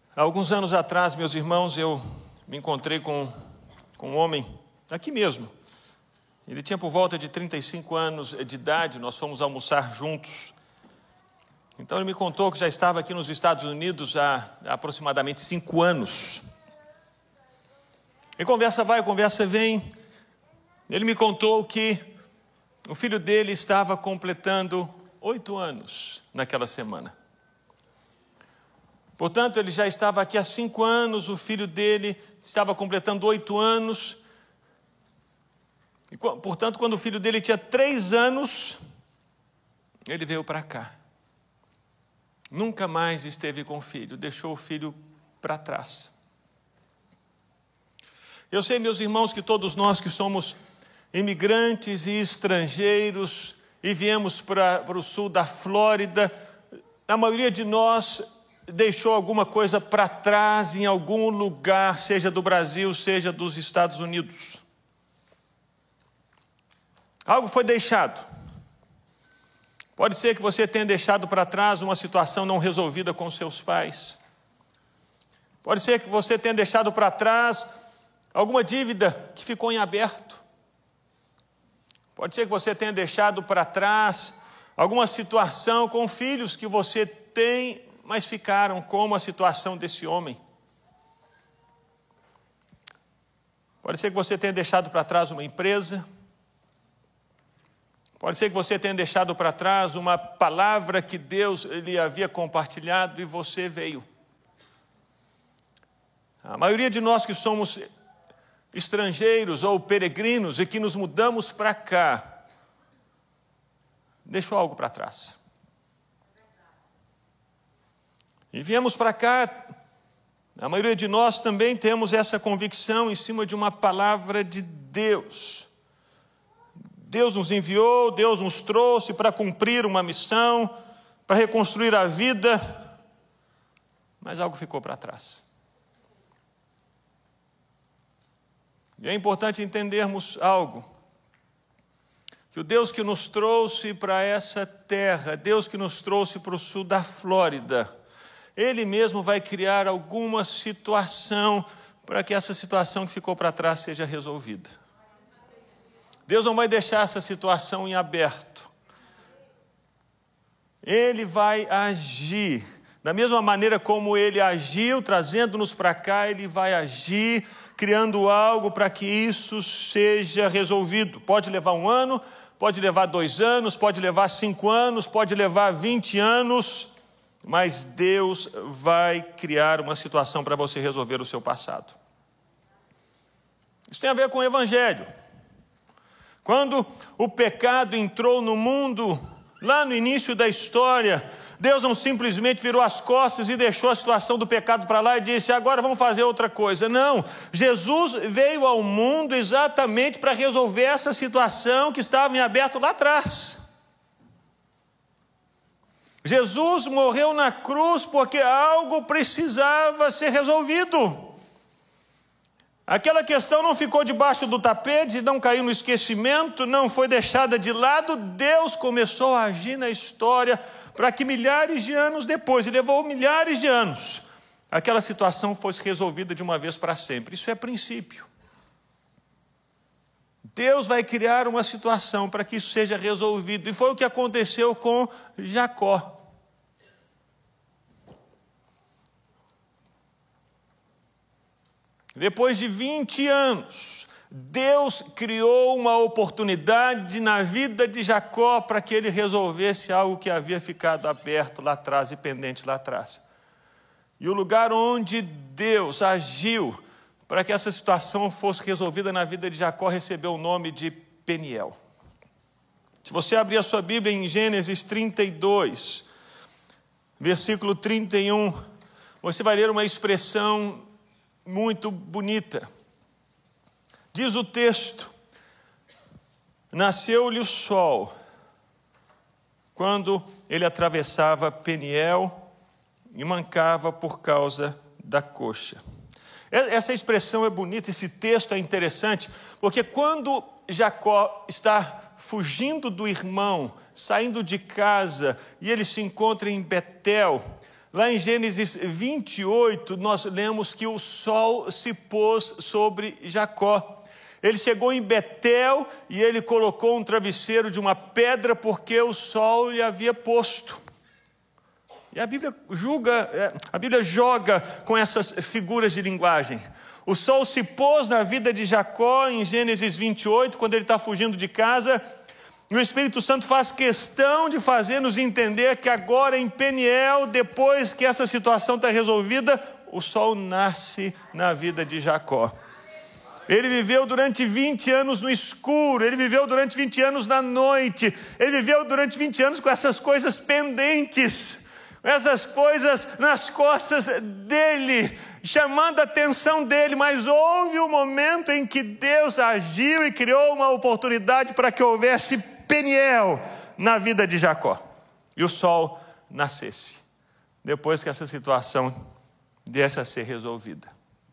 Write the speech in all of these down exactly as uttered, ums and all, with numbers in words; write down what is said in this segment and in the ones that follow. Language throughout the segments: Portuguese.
Há alguns anos atrás, meus irmãos, eu me encontrei com, com um homem, aqui mesmo. Ele tinha por volta de trinta e cinco anos de idade, nós fomos almoçar juntos. Então ele me contou que já estava aqui nos Estados Unidos há, há aproximadamente cinco anos. E conversa vai, conversa vem. Ele me contou que o filho dele estava completando oito anos naquela semana. Portanto, ele já estava aqui há cinco anos, o filho dele estava completando oito anos. E, portanto, quando o filho dele tinha três anos, ele veio para cá. Nunca mais esteve com o filho, deixou o filho para trás. Eu sei, meus irmãos, que todos nós que somos imigrantes e estrangeiros e viemos para, para o sul da Flórida, a maioria de nós deixou alguma coisa para trás em algum lugar, seja do Brasil, seja dos Estados Unidos. Algo foi deixado. Pode ser que você tenha deixado para trás uma situação não resolvida com seus pais. Pode ser que você tenha deixado para trás alguma dívida que ficou em aberto. Pode ser que você tenha deixado para trás alguma situação com filhos que você tem, mas ficaram como a situação desse homem. Pode ser que você tenha deixado para trás uma empresa. Pode ser que você tenha deixado para trás uma palavra que Deus lhe havia compartilhado e você veio. A maioria de nós que somos estrangeiros ou peregrinos e que nos mudamos para cá, deixou algo para trás. E viemos para cá, a maioria de nós também temos essa convicção em cima de uma palavra de Deus. Deus nos enviou, Deus nos trouxe para cumprir uma missão, para reconstruir a vida, mas algo ficou para trás. E é importante entendermos algo, que o Deus que nos trouxe para essa terra, Deus que nos trouxe para o sul da Flórida, Ele mesmo vai criar alguma situação para que essa situação que ficou para trás seja resolvida. Deus não vai deixar essa situação em aberto. Ele vai agir. Da mesma maneira como Ele agiu, trazendo-nos para cá, Ele vai agir, criando algo para que isso seja resolvido. Pode levar um ano, pode levar dois anos, pode levar cinco anos, pode levar vinte anos, mas Deus vai criar uma situação para você resolver o seu passado. Isso tem a ver com o Evangelho. Quando o pecado entrou no mundo, lá no início da história, Deus não simplesmente virou as costas e deixou a situação do pecado para lá e disse, agora vamos fazer outra coisa. Não, Jesus veio ao mundo exatamente para resolver essa situação que estava em aberto lá atrás. Jesus morreu na cruz porque algo precisava ser resolvido. Aquela questão não ficou debaixo do tapete, não caiu no esquecimento, não foi deixada de lado. Deus começou a agir na história para que milhares de anos depois, e levou milhares de anos, aquela situação fosse resolvida de uma vez para sempre. Isso é princípio. Deus vai criar uma situação para que isso seja resolvido. E foi o que aconteceu com Jacó. Depois de vinte anos, Deus criou uma oportunidade na vida de Jacó para que ele resolvesse algo que havia ficado aberto lá atrás e pendente lá atrás. E o lugar onde Deus agiu para que essa situação fosse resolvida na vida de Jacó recebeu o nome de Peniel. Se você abrir a sua Bíblia em Gênesis trinta e dois, versículo trinta e um, você vai ler uma expressão muito bonita. Diz o texto, nasceu-lhe o sol, quando ele atravessava Peniel e mancava por causa da coxa. Essa expressão é bonita, esse texto é interessante, porque quando Jacó está fugindo do irmão, saindo de casa, e ele se encontra em Betel, Lá em Gênesis vinte e oito, nós lemos que o sol se pôs sobre Jacó. Ele chegou em Betel e ele colocou um travesseiro de uma pedra porque o sol lhe havia posto. E a Bíblia julga, a Bíblia joga com essas figuras de linguagem. O sol se pôs na vida de Jacó em Gênesis vinte e oito, quando ele está fugindo de casa. E o Espírito Santo faz questão de fazer-nos entender que agora em Peniel, depois que essa situação está resolvida, o sol nasce na vida de Jacó. Ele viveu durante vinte anos no escuro, ele viveu durante vinte anos na noite, ele viveu durante vinte anos com essas coisas pendentes, essas coisas nas costas dele, chamando a atenção dele, mas houve um momento em que Deus agiu e criou uma oportunidade para que houvesse Peniel na vida de Jacó, e o sol nascesse, depois que essa situação viesse a ser resolvida.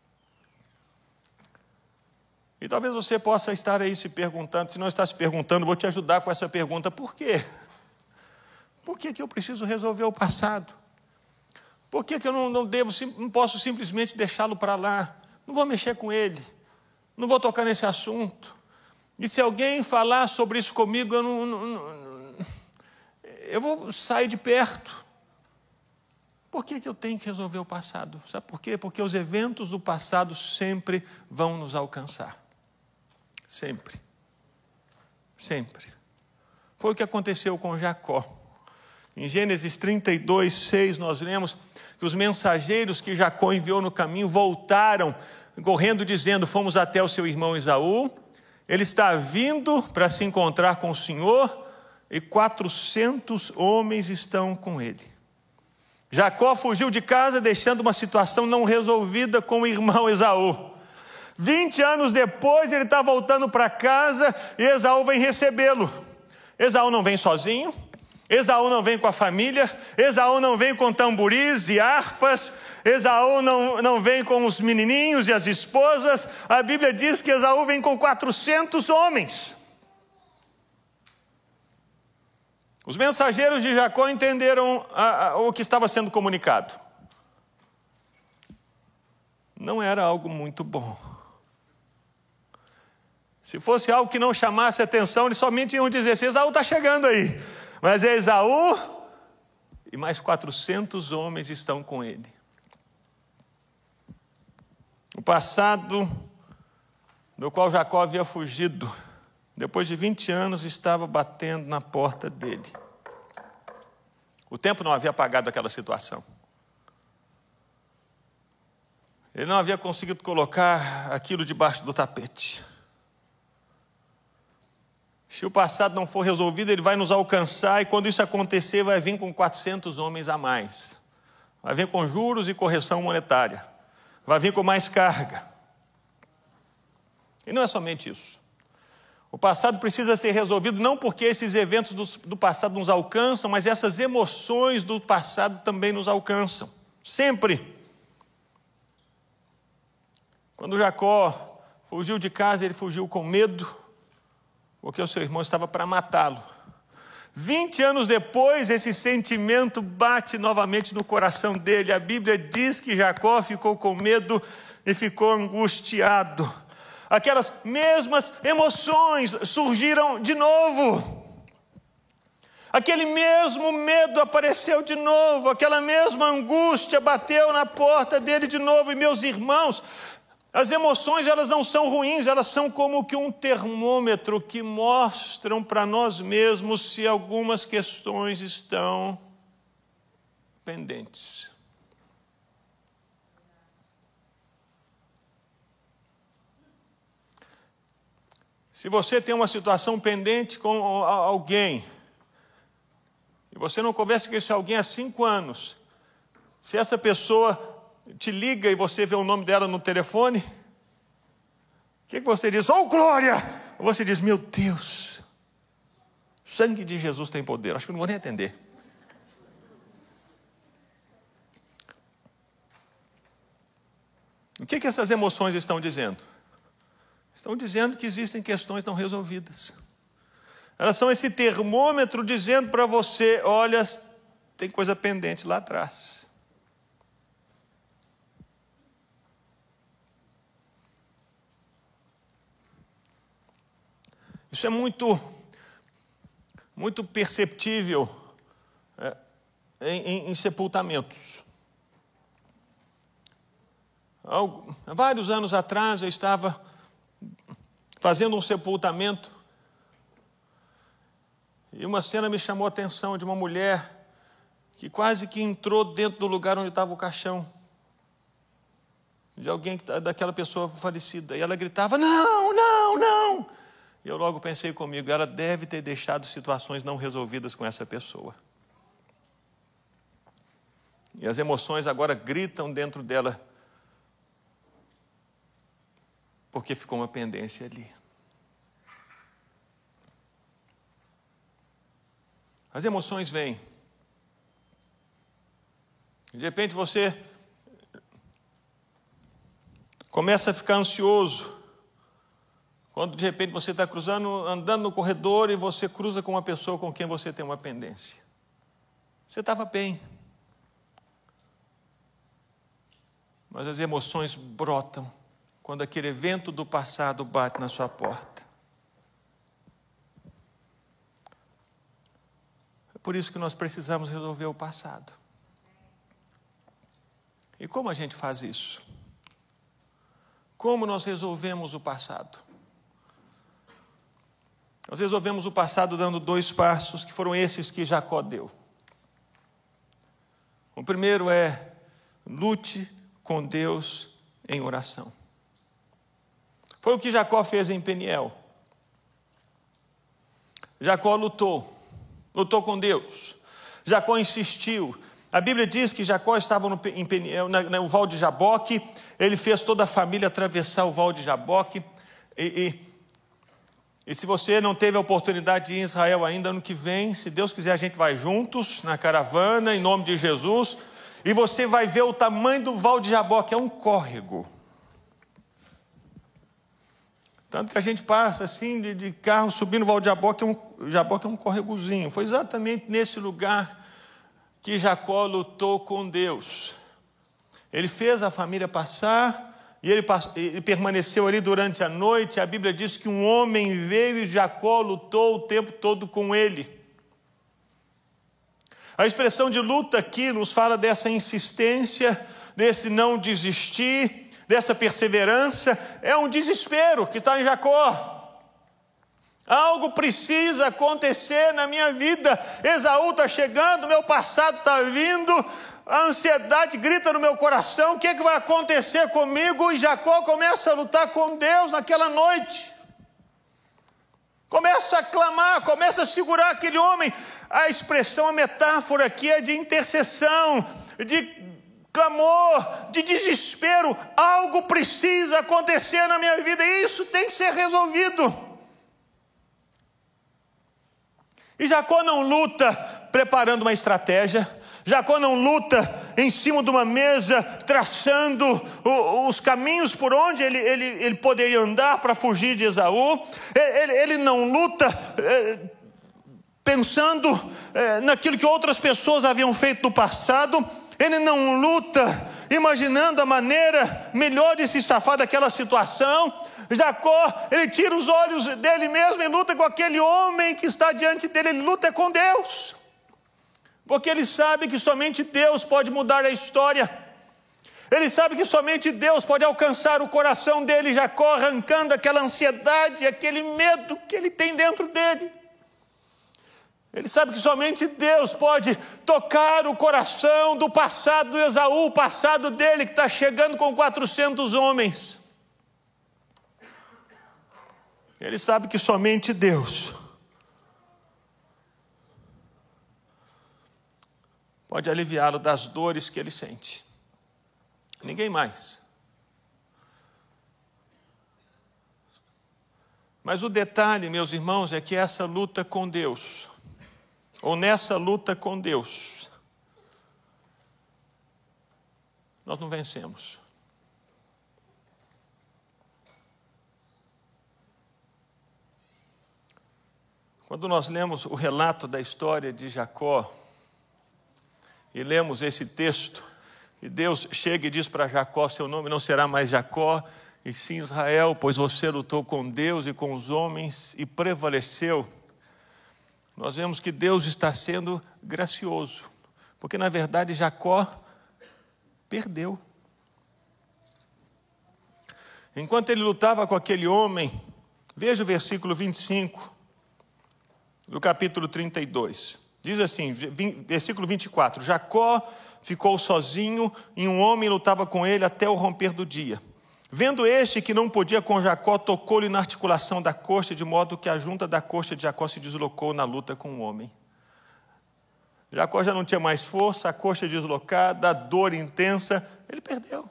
E talvez você possa estar aí se perguntando, se não está se perguntando, vou te ajudar com essa pergunta: por quê? Por que que eu preciso resolver o passado? Por que que eu não, não devo, não posso simplesmente deixá-lo para lá? Não vou mexer com ele, não vou tocar nesse assunto. E se alguém falar sobre isso comigo, eu, não, não, não, eu vou sair de perto. Por que que eu tenho que resolver o passado? Sabe por quê? Porque os eventos do passado sempre vão nos alcançar. Sempre. Sempre. Foi o que aconteceu com Jacó. Em Gênesis trinta e dois, seis, nós lemos que os mensageiros que Jacó enviou no caminho voltaram, correndo, dizendo: fomos até o seu irmão Esaú, ele está vindo para se encontrar com o Senhor, e quatrocentos homens estão com ele. Jacó fugiu de casa, deixando uma situação não resolvida com o irmão Esaú. Vinte anos depois, ele está voltando para casa e Esaú vem recebê-lo. Esaú não vem sozinho, Esaú não vem com a família, Esaú não vem com tamboris e harpas, Esaú não, não vem com os menininhos e as esposas. A Bíblia diz que Esaú vem com quatrocentos homens. Os mensageiros de Jacó entenderam a, a, o que estava sendo comunicado. Não era algo muito bom. Se fosse algo que não chamasse atenção, eles somente iam dizer assim: Esaú está chegando aí. Mas é Esaú e mais quatrocentos homens estão com ele. O passado do qual Jacó havia fugido, depois de vinte anos, estava batendo na porta dele. O tempo não havia apagado aquela situação. Ele não havia conseguido colocar aquilo debaixo do tapete. Se o passado não for resolvido, ele vai nos alcançar, e quando isso acontecer, vai vir com quatrocentos homens a mais. Vai vir com juros e correção monetária. Vai vir com mais carga. E não é somente isso. O passado precisa ser resolvido não porque esses eventos do, do passado nos alcançam, mas essas emoções do passado também nos alcançam. Sempre. Quando Jacó fugiu de casa, ele fugiu com medo, porque o seu irmão estava para matá-lo. Vinte anos depois, esse sentimento bate novamente no coração dele. A Bíblia diz que Jacó ficou com medo e ficou angustiado. Aquelas mesmas emoções surgiram de novo. Aquele mesmo medo apareceu de novo. Aquela mesma angústia bateu na porta dele de novo. E meus irmãos, as emoções, elas não são ruins, elas são como que um termômetro que mostram para nós mesmos se algumas questões estão pendentes. Se você tem uma situação pendente com alguém, e você não conversa com esse alguém há cinco anos, se essa pessoa te liga e você vê o nome dela no telefone, o que, que você diz? Oh, glória! Ou você diz: meu Deus, o sangue de Jesus tem poder. Acho que eu não vou nem atender. O que, que essas emoções estão dizendo? Estão dizendo que existem questões não resolvidas. Elas são esse termômetro dizendo para você: olha, tem coisa pendente lá atrás. Isso é muito, muito perceptível é, em, em, em sepultamentos. Há vários anos atrás eu estava fazendo um sepultamento e uma cena me chamou a atenção de uma mulher que quase que entrou dentro do lugar onde estava o caixão de alguém, daquela pessoa falecida. E ela gritava, não, não, não. E eu logo pensei comigo, ela deve ter deixado situações não resolvidas com essa pessoa. E as emoções agora gritam dentro dela, porque ficou uma pendência ali. As emoções vêm. De repente você começa a ficar ansioso. Quando de repente você está cruzando, andando no corredor e você cruza com uma pessoa com quem você tem uma pendência. Você estava bem. Mas as emoções brotam quando aquele evento do passado bate na sua porta. É por isso que nós precisamos resolver o passado. E como a gente faz isso? Como nós resolvemos o passado? Nós resolvemos o passado dando dois passos, que foram esses que Jacó deu. O primeiro é, lute com Deus em oração. Foi o que Jacó fez em Peniel. Jacó lutou, lutou com Deus. Jacó insistiu. A Bíblia diz que Jacó estava no, em Peniel, na, no Val de Jaboque. Ele fez toda a família atravessar o Val de Jaboque. E, e, e se você não teve a oportunidade de ir em Israel ainda, ano que vem, se Deus quiser, a gente vai juntos na caravana, em nome de Jesus. E você vai ver o tamanho do Val de Jaboque. É um córrego. Tanto que a gente passa assim de, de carro subindo o Val de Jaboque, é um, Jaboque é um córregozinho. Foi exatamente nesse lugar que Jacó lutou com Deus. Ele fez a família passar e ele, ele permaneceu ali durante a noite. A Bíblia diz que um homem veio e Jacó lutou o tempo todo com ele. A expressão de luta aqui nos fala dessa insistência, desse não desistir, dessa perseverança. É um desespero que está em Jacó. Algo precisa acontecer na minha vida. Esaú está chegando, meu passado está vindo, a ansiedade grita no meu coração, o que, é que vai acontecer comigo? E Jacó começa a lutar com Deus naquela noite. Começa a clamar, começa a segurar aquele homem. A expressão, a metáfora aqui é de intercessão, de clamor, de desespero. Algo precisa acontecer na minha vida e isso tem que ser resolvido. E Jacó não luta preparando uma estratégia. Jacó não luta em cima de uma mesa, traçando os caminhos por onde ele, ele, ele poderia andar para fugir de Esaú. Ele, ele não luta é, pensando é, naquilo que outras pessoas haviam feito no passado. Ele não luta imaginando a maneira melhor de se safar daquela situação. Jacó, ele tira os olhos dele mesmo e luta com aquele homem que está diante dele. Ele luta com Deus, porque ele sabe que somente Deus pode mudar a história. Ele sabe que somente Deus pode alcançar o coração dele. Jacó arrancando aquela ansiedade, aquele medo que ele tem dentro dele. Ele sabe que somente Deus pode tocar o coração do passado do Esaú, o passado dele que está chegando com quatrocentos homens. Ele sabe que somente Deus pode aliviá-lo das dores que ele sente. Ninguém mais. Mas o detalhe, meus irmãos, é que essa luta com Deus, ou nessa luta com Deus, nós não vencemos. Quando nós lemos o relato da história de Jacó, e lemos esse texto, e Deus chega e diz para Jacó, seu nome não será mais Jacó, E sim, Israel, pois você lutou com Deus e com os homens e prevaleceu. Nós vemos que Deus está sendo gracioso, porque na verdade Jacó perdeu. Enquanto ele lutava com aquele homem, veja o versículo vinte e cinco do capítulo trinta e dois. Diz assim, versículo vinte e quatro. Jacó ficou sozinho e um homem lutava com ele até o romper do dia. Vendo este que não podia com Jacó, tocou-lhe na articulação da coxa, de modo que a junta da coxa de Jacó se deslocou na luta com o homem. Jacó já não tinha mais força, a coxa deslocada, a dor intensa, ele perdeu.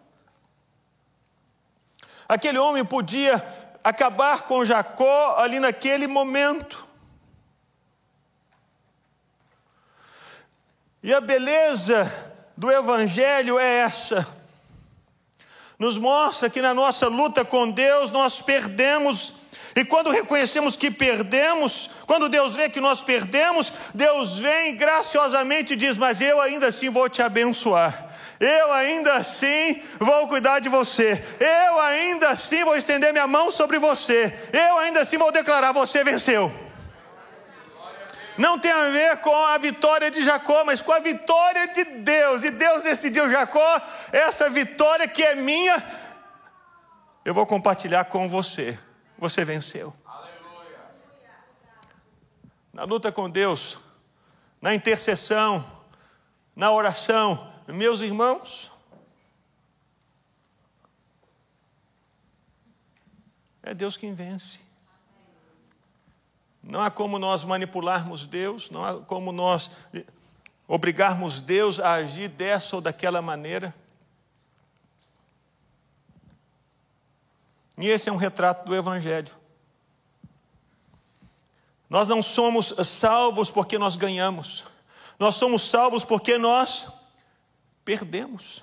Aquele homem podia acabar com Jacó ali naquele momento. E a beleza do Evangelho é essa. Nos mostra que na nossa luta com Deus nós perdemos. E quando reconhecemos que perdemos, quando Deus vê que nós perdemos, Deus vem graciosamente e diz, mas eu ainda assim vou te abençoar. Eu ainda assim vou cuidar de você. Eu ainda assim vou estender minha mão sobre você. Eu ainda assim vou declarar, você venceu. Não tem a ver com a vitória de Jacó, mas com a vitória de Deus. E Deus decidiu, Jacó, essa vitória que é minha, eu vou compartilhar com você. Você venceu. Aleluia. Na luta com Deus, na intercessão, na oração, meus irmãos, é Deus quem vence. Não há como nós manipularmos Deus, não há como nós obrigarmos Deus a agir dessa ou daquela maneira. E esse é um retrato do Evangelho. Nós não somos salvos porque nós ganhamos. Nós somos salvos porque nós perdemos.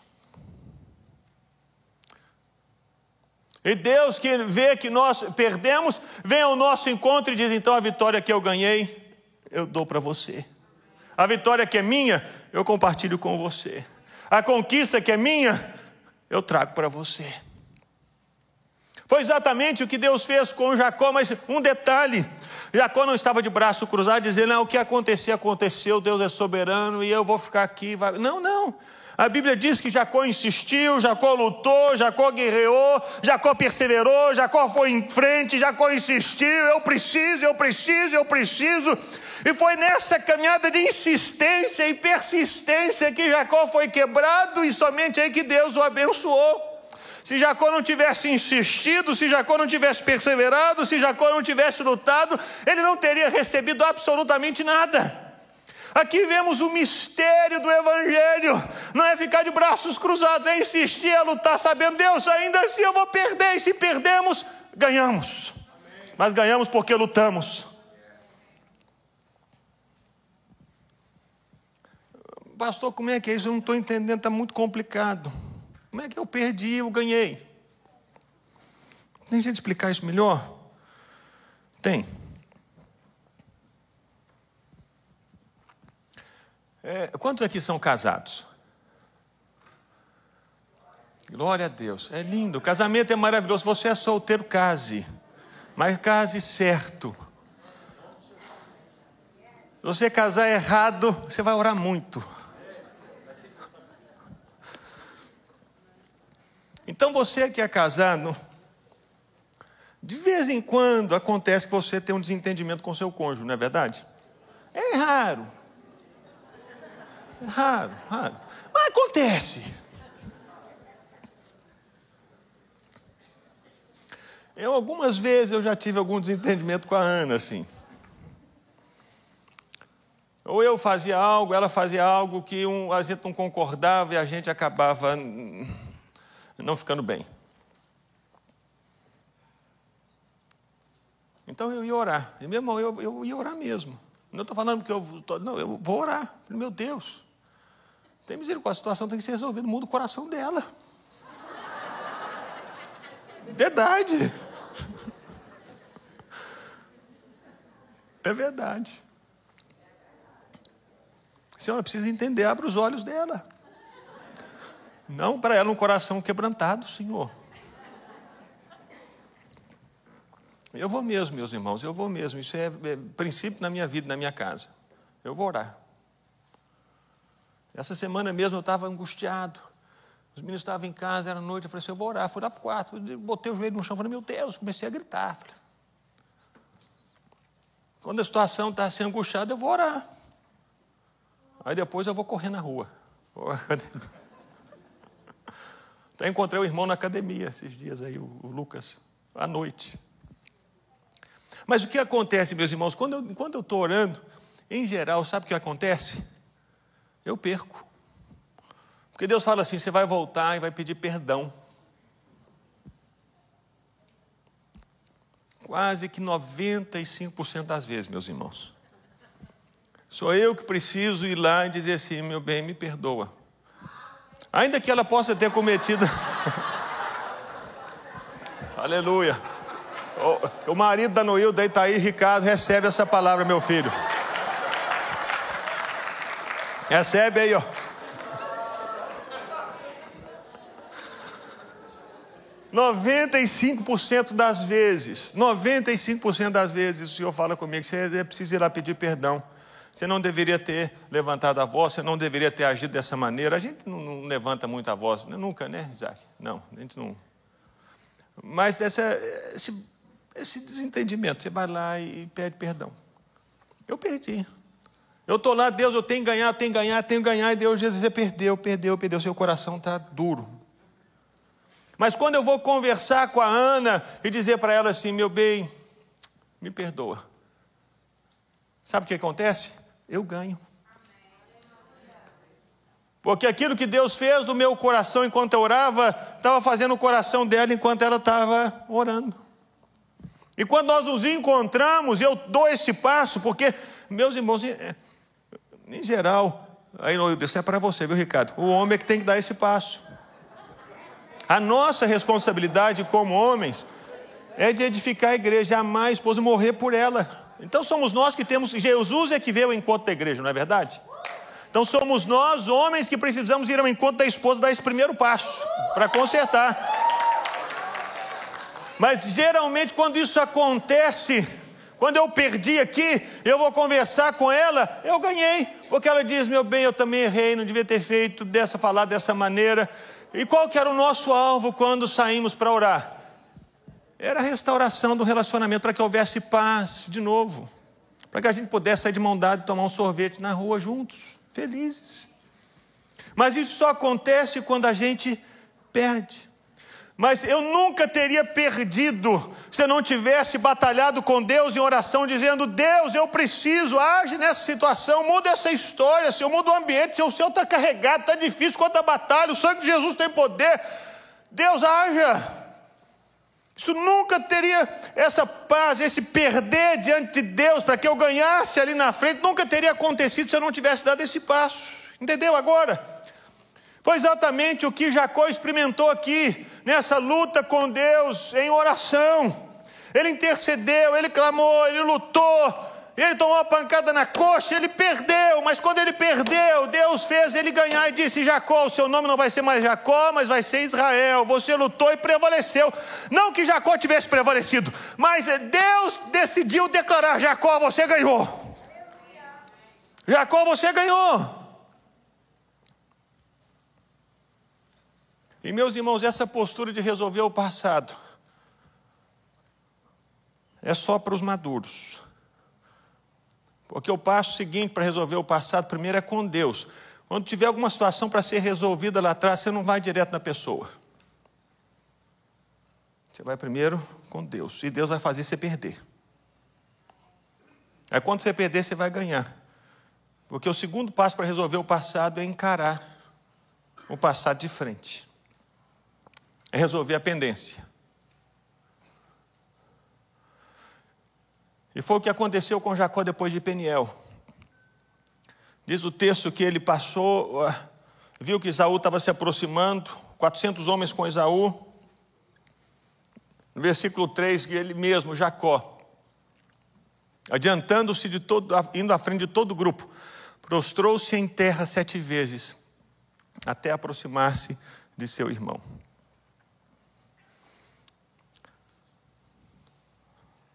E Deus, que vê que nós perdemos, vem ao nosso encontro e diz, então a vitória que eu ganhei, eu dou para você. A vitória que é minha, eu compartilho com você. A conquista que é minha, eu trago para você. Foi exatamente o que Deus fez com Jacó, mas um detalhe, Jacó não estava de braço cruzado dizendo, não, o que acontecer, aconteceu, Deus é soberano e eu vou ficar aqui. Vai... Não, não. A Bíblia diz que Jacó insistiu, Jacó lutou, Jacó guerreou, Jacó perseverou, Jacó foi em frente, Jacó insistiu, eu preciso, eu preciso, eu preciso. E foi nessa caminhada de insistência e persistência que Jacó foi quebrado e somente aí que Deus o abençoou. Se Jacó não tivesse insistido, se Jacó não tivesse perseverado, se Jacó não tivesse lutado, ele não teria recebido absolutamente nada. Aqui vemos o mistério do Evangelho. Não é ficar de braços cruzados, é insistir, é lutar, sabendo, Deus, ainda assim eu vou perder. E se perdemos, ganhamos. Amém. Mas ganhamos porque lutamos. Pastor, como é que é isso? Eu não estou entendendo, está muito complicado. Como é que eu perdi e eu ganhei? Tem jeito de explicar isso melhor? Tem. É, quantos aqui são casados? Glória a Deus, é lindo, o casamento é maravilhoso. Você é solteiro, case, mas case certo. Se você casar errado, você vai orar muito. Então você que é casado, de vez em quando acontece que você tem um desentendimento com seu cônjuge, não é verdade? É raro. Raro, raro. Mas acontece. Eu, algumas vezes, eu já tive algum desentendimento com a Ana, assim. Ou eu fazia algo, ela fazia algo que um, a gente não concordava e a gente acabava não ficando bem. Então eu ia orar. E, meu irmão, eu, eu ia orar mesmo. Não estou falando que eu... Não, eu vou orar. Meu Deus. Tem misericórdia, a situação tem que ser resolvida, muda o coração dela. Verdade. É verdade. A senhora precisa entender, abre os olhos dela. Não para ela um coração quebrantado, Senhor. Eu vou mesmo, meus irmãos, eu vou mesmo. Isso é, é princípio na minha vida, na minha casa. Eu vou orar. Essa semana mesmo eu estava angustiado. Os meninos estavam em casa, era noite, eu falei assim, eu vou orar. Fui lá para o quarto, botei o joelho no chão, falei, meu Deus, comecei a gritar. Falei, quando a situação está assim angustiada, eu vou orar. Aí depois eu vou correr na rua. Até encontrei o irmão na academia esses dias aí, o, o Lucas, à noite. Mas o que acontece, meus irmãos, quando eu quando eu estou orando, em geral, sabe o que acontece? Eu perco. Porque Deus fala assim, você vai voltar e vai pedir perdão. Quase que noventa e cinco por cento das vezes, meus irmãos. Sou eu que preciso ir lá e dizer assim, meu bem, me perdoa. Ainda que ela possa ter cometido... Aleluia. O, o marido da Noilda está aí, Ricardo, recebe essa palavra, meu filho. Recebe aí, ó. noventa e cinco por cento das vezes, noventa e cinco por cento das vezes o Senhor fala comigo, você precisa ir lá pedir perdão. Você não deveria ter levantado a voz, você não deveria ter agido dessa maneira. A gente não, não levanta muito a voz, né? Nunca, né, Isaac? Não, a gente não. Mas essa, esse, esse desentendimento, você vai lá e pede perdão. Eu perdi. Eu estou lá, Deus, eu tenho que ganhar, eu tenho que ganhar, eu tenho que ganhar, e Deus, Jesus, você perdeu, perdeu, perdeu, seu coração está duro. Mas quando eu vou conversar com a Ana e dizer para ela assim, meu bem, me perdoa. Sabe o que acontece? Eu ganho. Porque aquilo que Deus fez no meu coração enquanto eu orava, estava fazendo o coração dela enquanto ela estava orando. E quando nós nos encontramos, eu dou esse passo, porque, meus irmãos, em geral, aí isso é para você, viu, Ricardo? O homem é que tem que dar esse passo. A nossa responsabilidade como homens é de edificar a igreja, amar a esposa e morrer por ela. Então somos nós que temos, Jesus é que veio ao encontro da igreja, não é verdade? Então somos nós, homens, que precisamos ir ao encontro da esposa, dar esse primeiro passo, para consertar. Mas geralmente quando isso acontece, quando eu perdi aqui, eu vou conversar com ela, eu ganhei. Porque ela diz, meu bem, eu também errei, não devia ter feito dessa, falar dessa maneira. E qual que era o nosso alvo quando saímos para orar? Era a restauração do relacionamento, para que houvesse paz de novo. Para que a gente pudesse sair de mão dada e tomar um sorvete na rua juntos, felizes. Mas isso só acontece quando a gente perde. Mas eu nunca teria perdido se eu não tivesse batalhado com Deus em oração, dizendo, Deus, eu preciso, age nessa situação, muda essa história, Senhor, muda o ambiente, se o céu está carregado, está difícil, quanta batalha, o sangue de Jesus tem poder, Deus haja. Isso nunca teria, essa paz, esse perder diante de Deus, para que eu ganhasse ali na frente, nunca teria acontecido se eu não tivesse dado esse passo, entendeu agora? Foi exatamente o que Jacó experimentou aqui, nessa luta com Deus, em oração. Ele intercedeu, ele clamou, ele lutou, ele tomou uma pancada na coxa, ele perdeu, mas quando ele perdeu, Deus fez ele ganhar e disse, Jacó, o seu nome não vai ser mais Jacó, mas vai ser Israel. Você lutou e prevaleceu. Não que Jacó tivesse prevalecido, mas Deus decidiu declarar, Jacó, você ganhou. Jacó, você ganhou. E meus irmãos, essa postura de resolver o passado é só para os maduros. Porque o passo seguinte para resolver o passado, primeiro é com Deus. Quando tiver alguma situação para ser resolvida lá atrás, você não vai direto na pessoa. Você vai primeiro com Deus. E Deus vai fazer você perder. Aí quando você perder, você vai ganhar. Porque o segundo passo para resolver o passado é encarar o passado de frente. É resolver a pendência. E foi o que aconteceu com Jacó depois de Peniel. Diz o texto que ele passou, viu que Esaú estava se aproximando, quatrocentos homens com Esaú. No versículo três, que ele mesmo, Jacó, adiantando-se de todo, indo à frente de todo o grupo, prostrou-se em terra sete vezes, até aproximar-se de seu irmão.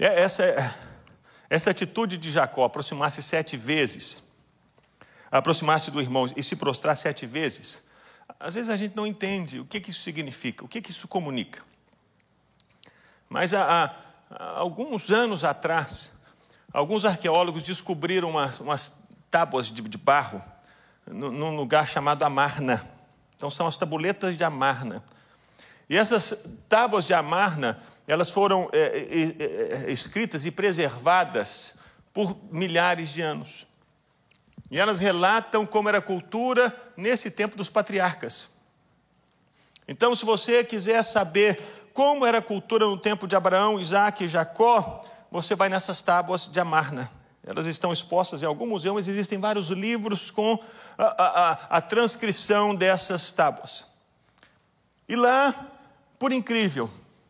Essa, essa atitude de Jacó, aproximar-se sete vezes, aproximar-se do irmão e se prostrar sete vezes, às vezes a gente não entende o que, que isso significa, o que, que isso comunica. Mas há, há alguns anos atrás, alguns arqueólogos descobriram umas, umas tábuas de, de barro num lugar chamado Amarna. Então são as tabuletas de Amarna. E essas tábuas de Amarna, elas foram é, é, é, escritas e preservadas por milhares de anos. E elas relatam como era a cultura nesse tempo dos patriarcas. Então, se você quiser saber como era a cultura no tempo de Abraão, Isaac e Jacó, você vai nessas tábuas de Amarna. Elas estão expostas em algum museu, mas existem vários livros com a, a, a transcrição dessas tábuas. E lá, por incrível,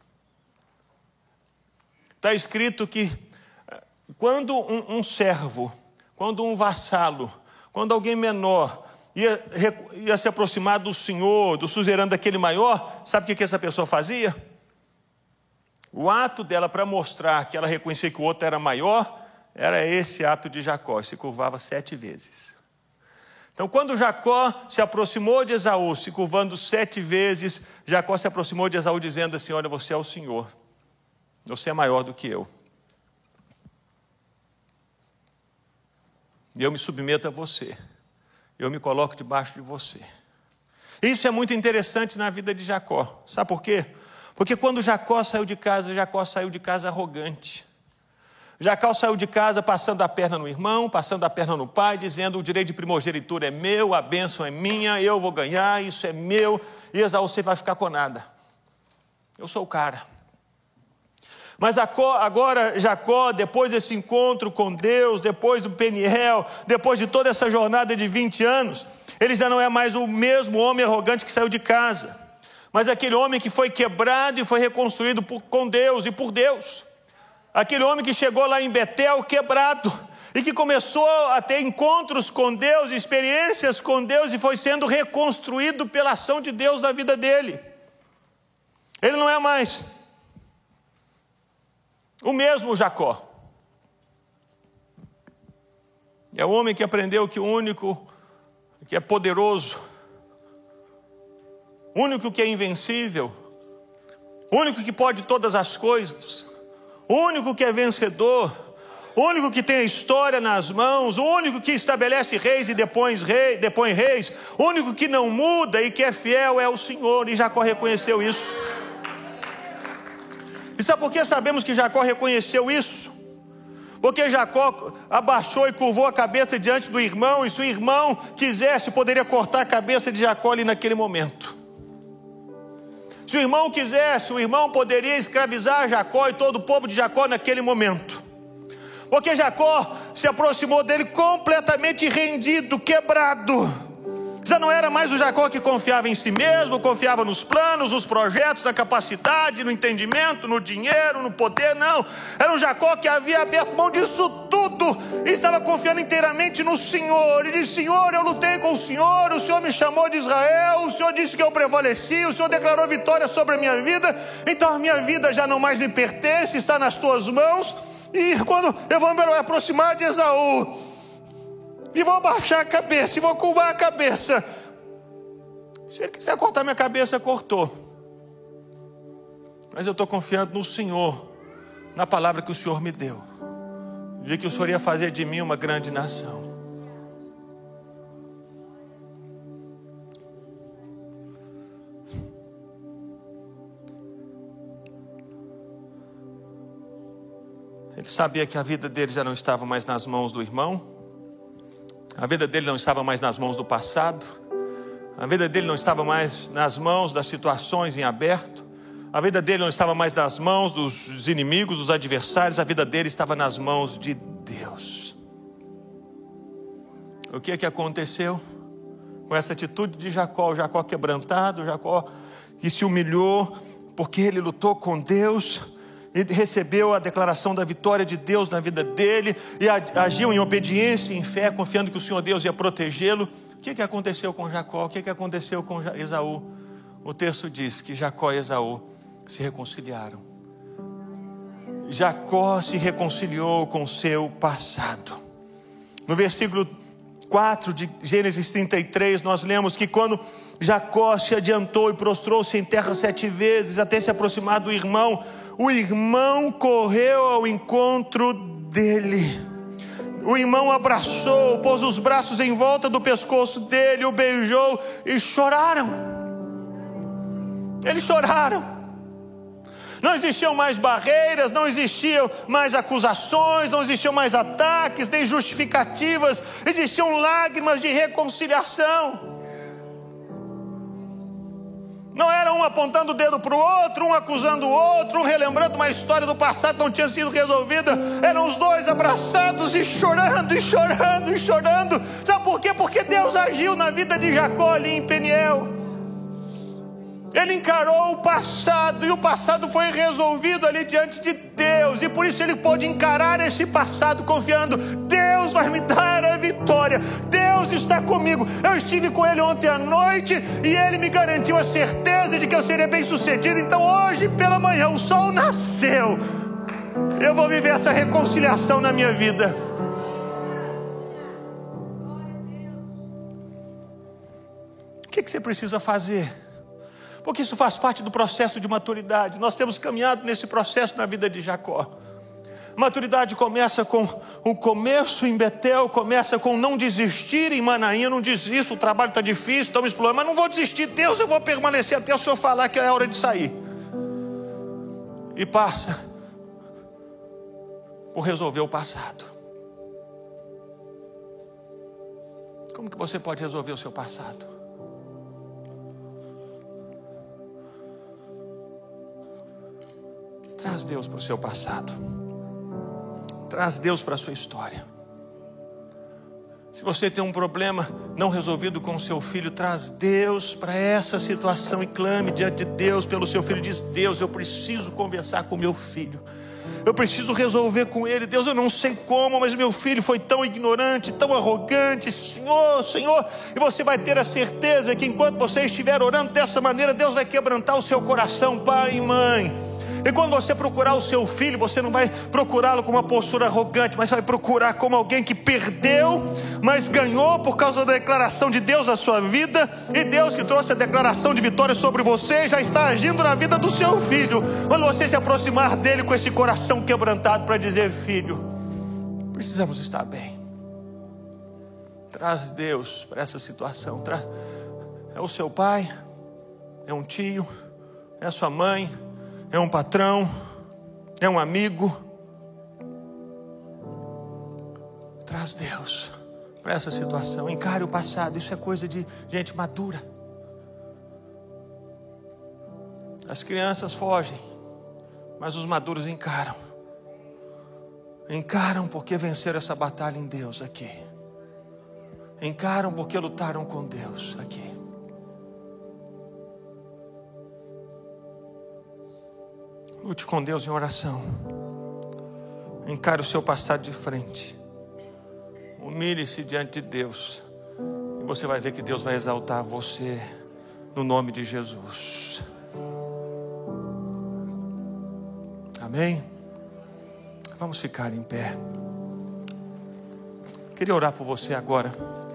está escrito que quando um, um servo, quando um vassalo, quando alguém menor ia, ia se aproximar do senhor, do suzerano daquele maior, sabe o que, que essa pessoa fazia? O ato dela para mostrar que ela reconhecia que o outro era maior, era esse ato de Jacó, se curvava sete vezes. Então, quando Jacó se aproximou de Esaú, se curvando sete vezes, Jacó se aproximou de Esaú dizendo assim: olha, você é o senhor, você é maior do que eu. E eu me submeto a você, eu me coloco debaixo de você. Isso é muito interessante na vida de Jacó. Sabe por quê? Porque quando Jacó saiu de casa, Jacó saiu de casa arrogante. Jacó saiu de casa passando a perna no irmão, passando a perna no pai, dizendo: o direito de primogenitura é meu, a bênção é minha, eu vou ganhar, isso é meu, e Esaú, você vai ficar com nada. Eu sou o cara. Mas agora Jacó, depois desse encontro com Deus, depois do Peniel, depois de toda essa jornada de vinte anos, ele já não é mais o mesmo homem arrogante que saiu de casa, mas aquele homem que foi quebrado e foi reconstruído por, com Deus e por Deus. Aquele homem que chegou lá em Betel quebrado e que começou a ter encontros com Deus, experiências com Deus, e foi sendo reconstruído pela ação de Deus na vida dele. Ele não é mais o mesmo Jacó. É o homem que aprendeu que o único que é poderoso, o único que é invencível, o único que pode todas as coisas, o único que é vencedor, o único que tem a história nas mãos, o único que estabelece reis e depõe reis, depõe reis, o único que não muda e que é fiel é o Senhor. E Jacó reconheceu isso. E sabe por que sabemos que Jacó reconheceu isso? Porque Jacó abaixou e curvou a cabeça diante do irmão, e se o irmão quisesse, poderia cortar a cabeça de Jacó ali naquele momento. Se o irmão quisesse, o irmão poderia escravizar Jacó e todo o povo de Jacó naquele momento. Porque Jacó se aproximou dele completamente rendido, quebrado. Já não era mais o Jacó que confiava em si mesmo, confiava nos planos, nos projetos, na capacidade, no entendimento, no dinheiro, no poder, não. Era um Jacó que havia aberto mão disso tudo e estava confiando inteiramente no Senhor. E disse: Senhor, eu lutei com o Senhor, o Senhor me chamou de Israel, o Senhor disse que eu prevaleci, o Senhor declarou vitória sobre a minha vida, então a minha vida já não mais me pertence, está nas tuas mãos. E quando eu vou me aproximar de Esaú, e vou abaixar a cabeça, e vou curvar a cabeça, se ele quiser cortar minha cabeça, cortou. Mas eu estou confiando no Senhor, na palavra que o Senhor me deu, de que o Senhor ia fazer de mim uma grande nação. Ele sabia que a vida dele já não estava mais nas mãos do irmão. A vida dele não estava mais nas mãos do passado. A vida dele não estava mais nas mãos das situações em aberto. A vida dele não estava mais nas mãos dos inimigos, dos adversários. A vida dele estava nas mãos de Deus. O que é que aconteceu com essa atitude de Jacó? O Jacó quebrantado, o Jacó que se humilhou porque ele lutou com Deus. Ele recebeu a declaração da vitória de Deus na vida dele e agiu em obediência e em fé, confiando que o Senhor Deus ia protegê-lo. O que, que aconteceu com Jacó? O que, que aconteceu com Esaú? O texto diz que Jacó e Esaú se reconciliaram. Jacó se reconciliou com seu passado. No versículo quatro de Gênesis trinta e três, nós lemos que quando Jacó se adiantou e prostrou-se em terra sete vezes até se aproximar do irmão, o irmão correu ao encontro dele. O irmão abraçou, pôs os braços em volta do pescoço dele, o beijou e choraram. Eles choraram. Não existiam mais barreiras, não existiam mais acusações, não existiam mais ataques, nem justificativas. Existiam lágrimas de reconciliação. Não era um apontando o dedo para o outro, um acusando o outro, um relembrando uma história do passado que não tinha sido resolvida. Eram os dois abraçados e chorando, e chorando, e chorando. Sabe por quê? Porque Deus agiu na vida de Jacó ali em Peniel. Ele encarou o passado, e o passado foi resolvido ali diante de Deus, e por isso ele pôde encarar esse passado confiando: Deus vai me dar a vitória, Deus está comigo. Eu estive com ele ontem à noite, e ele me garantiu a certeza de que eu seria bem sucedido. Então hoje pela manhã o sol nasceu, eu vou viver essa reconciliação na minha vida. O que, que você precisa fazer? Porque isso faz parte do processo de maturidade. Nós temos caminhado nesse processo na vida de Jacó. Maturidade começa com o começo em Betel, começa com não desistir em Manaim. Eu não desisto, o trabalho está difícil, estamos explorando, mas não vou desistir. Deus, eu vou permanecer até o Senhor falar que é hora de sair. E passa por resolver o passado. Como que você pode resolver o seu passado? Traz Deus para o seu passado. Traz Deus para a sua história. Se você tem um problema não resolvido com o seu filho, traz Deus para essa situação e clame diante de Deus pelo seu filho. Diz: Deus, eu preciso conversar com meu filho. Eu preciso resolver com ele. Deus, eu não sei como, mas meu filho foi tão ignorante, tão arrogante. Senhor, Senhor. E você vai ter a certeza que enquanto você estiver orando dessa maneira, Deus vai quebrantar o seu coração, pai e mãe. E quando você procurar o seu filho, você não vai procurá-lo com uma postura arrogante, mas vai procurar como alguém que perdeu, mas ganhou por causa da declaração de Deus na sua vida. E Deus que trouxe a declaração de vitória sobre você, já está agindo na vida do seu filho. Quando você se aproximar dele com esse coração quebrantado para dizer: filho, precisamos estar bem. Traz Deus para essa situação. Traz... É o seu pai, é um tio, é a sua mãe, é um patrão, é um amigo. Traz Deus para essa situação. Encare o passado. Isso é coisa de gente madura. As crianças fogem, mas os maduros encaram. Encaram porque venceram essa batalha em Deus aqui. Encaram porque lutaram com Deus aqui. Lute com Deus em oração. Encare o seu passado de frente. Humilhe-se diante de Deus. E você vai ver que Deus vai exaltar você no nome de Jesus. Amém? Vamos ficar em pé. Queria orar por você agora.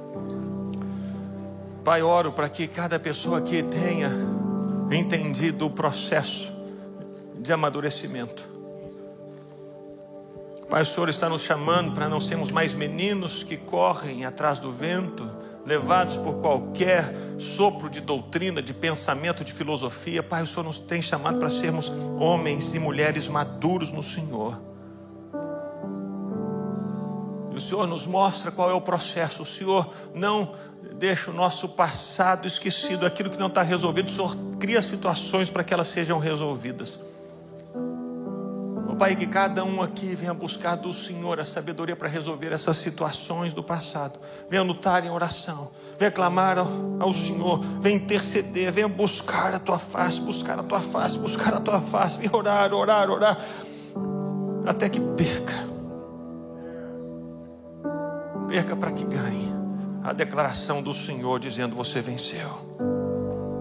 Pai, oro para que cada pessoa aqui tenha entendido o processo de amadurecimento. Pai, o Senhor está nos chamando para não sermos mais meninos que correm atrás do vento, levados por qualquer sopro de doutrina, de pensamento, de filosofia. Pai, o Senhor nos tem chamado para sermos homens e mulheres maduros no Senhor. E o Senhor nos mostra qual é o processo. O Senhor não deixa o nosso passado esquecido, aquilo que não está resolvido. O Senhor cria situações para que elas sejam resolvidas. Pai, que cada um aqui venha buscar do Senhor a sabedoria para resolver essas situações do passado. Venha lutar em oração, venha clamar ao, ao Senhor, venha interceder, venha buscar a tua face, buscar a tua face, buscar a tua face, venha orar, orar, orar, até que perca. Perca para que ganhe a declaração do Senhor dizendo: você venceu.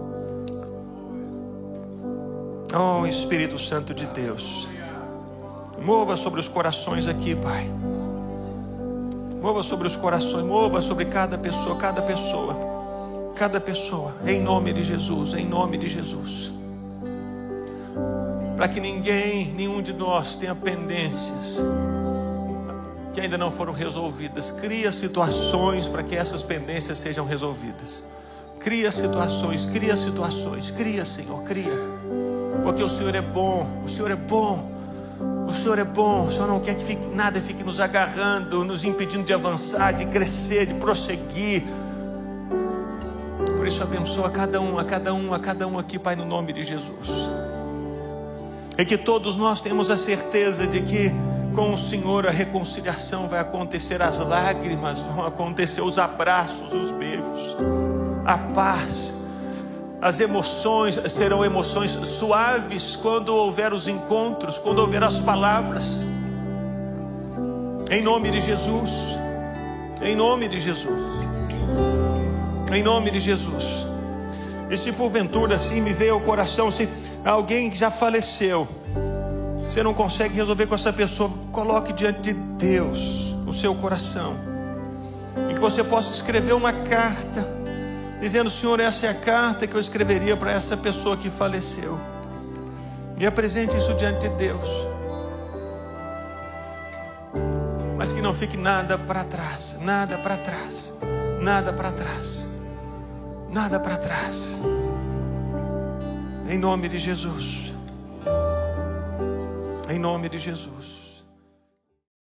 Oh, Espírito Santo de Deus, Mova sobre os corações aqui, Pai. Mova sobre os corações, mova sobre cada pessoa, cada pessoa, cada pessoa, em nome de Jesus, em nome de Jesus. Para que ninguém, nenhum de nós tenha pendências que ainda não foram resolvidas. Cria situações para que essas pendências sejam resolvidas. Cria situações, cria situações, cria, Senhor, cria. Porque o Senhor é bom, o Senhor é bom. O Senhor é bom, o Senhor não quer que fique, nada fique nos agarrando, nos impedindo de avançar, de crescer, de prosseguir. Por isso abençoa a cada um, a cada um, a cada um aqui, Pai, no nome de Jesus. E que todos nós temos a certeza de que com o Senhor a reconciliação vai acontecer, as lágrimas vão acontecer, os abraços, os beijos, a paz. As emoções serão emoções suaves quando houver os encontros, quando houver as palavras. Em nome de Jesus. Em nome de Jesus. Em nome de Jesus. E se porventura assim me veio ao coração, se alguém que já faleceu, você não consegue resolver com essa pessoa, coloque diante de Deus o seu coração. E que você possa escrever uma carta dizendo: Senhor, essa é a carta que eu escreveria para essa pessoa que faleceu. E apresente isso diante de Deus. Mas que não fique nada para trás, nada para trás, nada para trás, nada para trás. Em nome de Jesus. Em nome de Jesus.